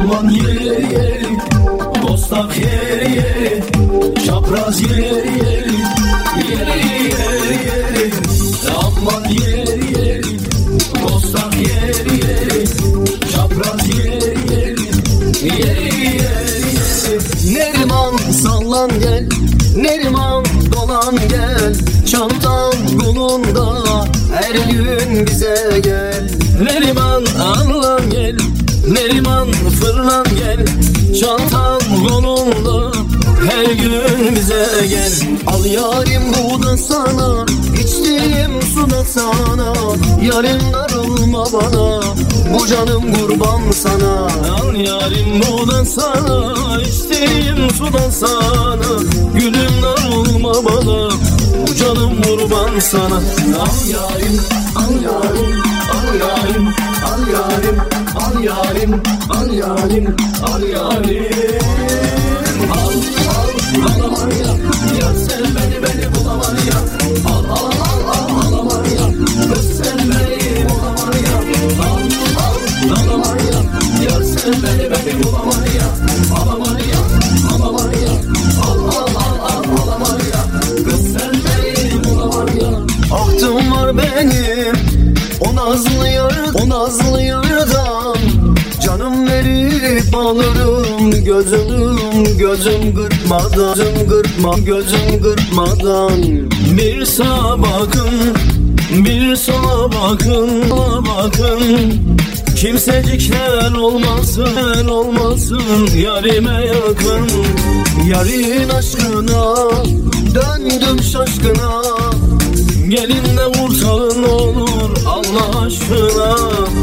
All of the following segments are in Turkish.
Aman yeri yeri, Bostak yeri yeri, çapraz yeri yeri, yeri yeri yeri. Aman yeri yeri, Bostak yeri yeri, çapraz yeri yeri, yeri yeri yeri. Neriman sallan gel, Neriman dolan gel, çantam kolunda her gün bize gel. Neriman anlan gel, Neriman fırlan gel, çantam kolunda her gün bize gel. Al yarim bu da sana, içtiğim su da sana, yarim darılma bana, bu canım kurban sana. Al yarim bu da sana, içtiğim su da sana, gülüm darılma bana, bu canım kurban sana. Al yarim, al yarim, al yarim, al yarim, al yarim, al yarim, al yarim. Al, al, alamam ya, ya sen beni bulamam ya. Al, al, al, al, alamam ya, kız sen beni bulamam ya. Al, al, alamam ya, ya sen beni bulamam ya. Alamam ya, alamam ya, al, al, al, al, alamam ya, kız sen beni bulamam ya. Ahtım var benim o nazlı yar, o nazlı yardan, canım verip alırım gözüm, gözüm kırpmadan, gözüm kırpma, gözüm kırpmadan. Bir sağa bakın, bir sola bakın, sola bakın, kimsecikler olmasın, olmasın yarime yakın. Yarın aşkına döndüm şaşkına, gelin de vursalın olur Allah aşkına.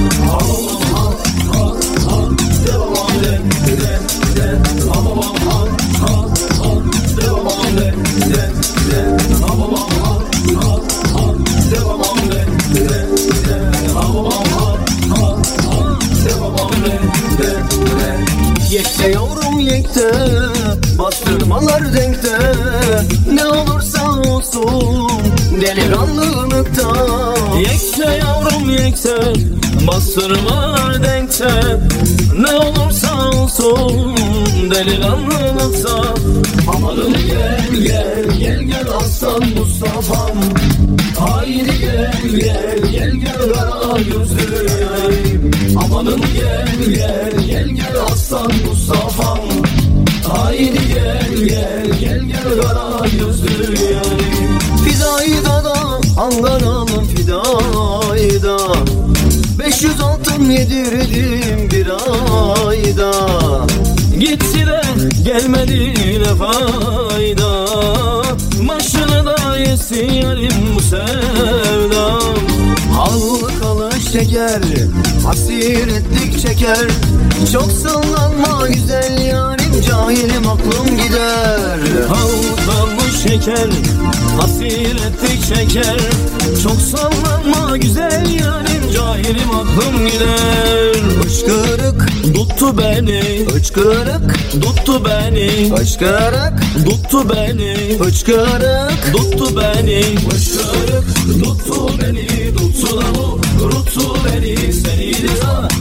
Yekte yavrum yekte, bastırmalar denkte, ne olursa olsun delikanlılıkta. Yekte yavrum yekte, bastırmalar denkte, ne olursa olsun delikanlılıkta. Amanım gel gel gel gel aslan Mustafa'm, haydi gel gel gel gel kara gözlü yarim. Amanım gel gel gel gel aslan Mustafa'm, haydi gel gel gel gel kara gözlü yarim. Fidayda da Ankara'nın fidayda, 500 altın yedirdim bir ayda. Gitti de gelmedi ne fayda, başını da yesin yarim bu sevda. Halkalı şeker, hasiretlik çeker, çok sallanma güzel yarim, cahilim aklım gider. Halkalı şeker, hasiretlik çeker, çok sallanma güzel yarim, cahilim aklım gider. Hıçkırık tuttu beni, hıçkırık tuttu beni, hıçkırık tuttu beni, hıçkırık tuttu beni, hıçkırık tuttu beni, tuttu da bu, tuttu beni, seni de